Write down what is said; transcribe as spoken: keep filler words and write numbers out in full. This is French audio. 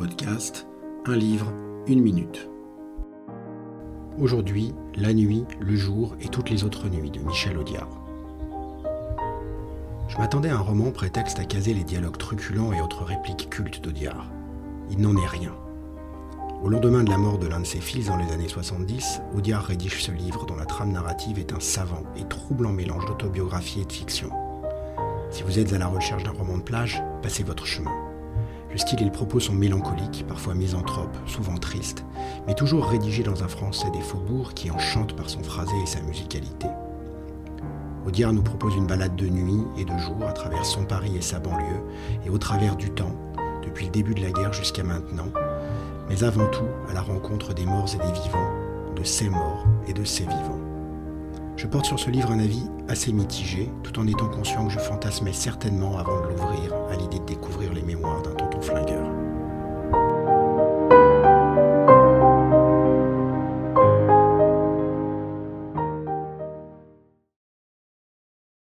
podcast Un livre, une minute. Aujourd'hui, La nuit, le jour et toutes les autres nuits de Michel Audiard. Je m'attendais à un roman prétexte à caser les dialogues truculents et autres répliques cultes d'Audiard. Il n'en est rien. Au lendemain de la mort de l'un de ses fils dans les années soixante-dix, Audiard rédige ce livre dont la trame narrative est un savant et troublant mélange d'autobiographie et de fiction. Si vous êtes à la recherche d'un roman de plage, passez votre chemin. Le style et le propos sont mélancoliques, parfois misanthropes, souvent tristes, mais toujours rédigés dans un français des faubourgs qui enchante par son phrasé et sa musicalité. Audiard nous propose une balade de nuit et de jour à travers son Paris et sa banlieue, et au travers du temps, depuis le début de la guerre jusqu'à maintenant, mais avant tout à la rencontre des morts et des vivants, de ces morts et de ces vivants. Je porte sur ce livre un avis assez mitigé, tout en étant conscient que je fantasmais certainement avant de l'ouvrir à l'idée de découvrir les mémoires d'un tonton flingueur.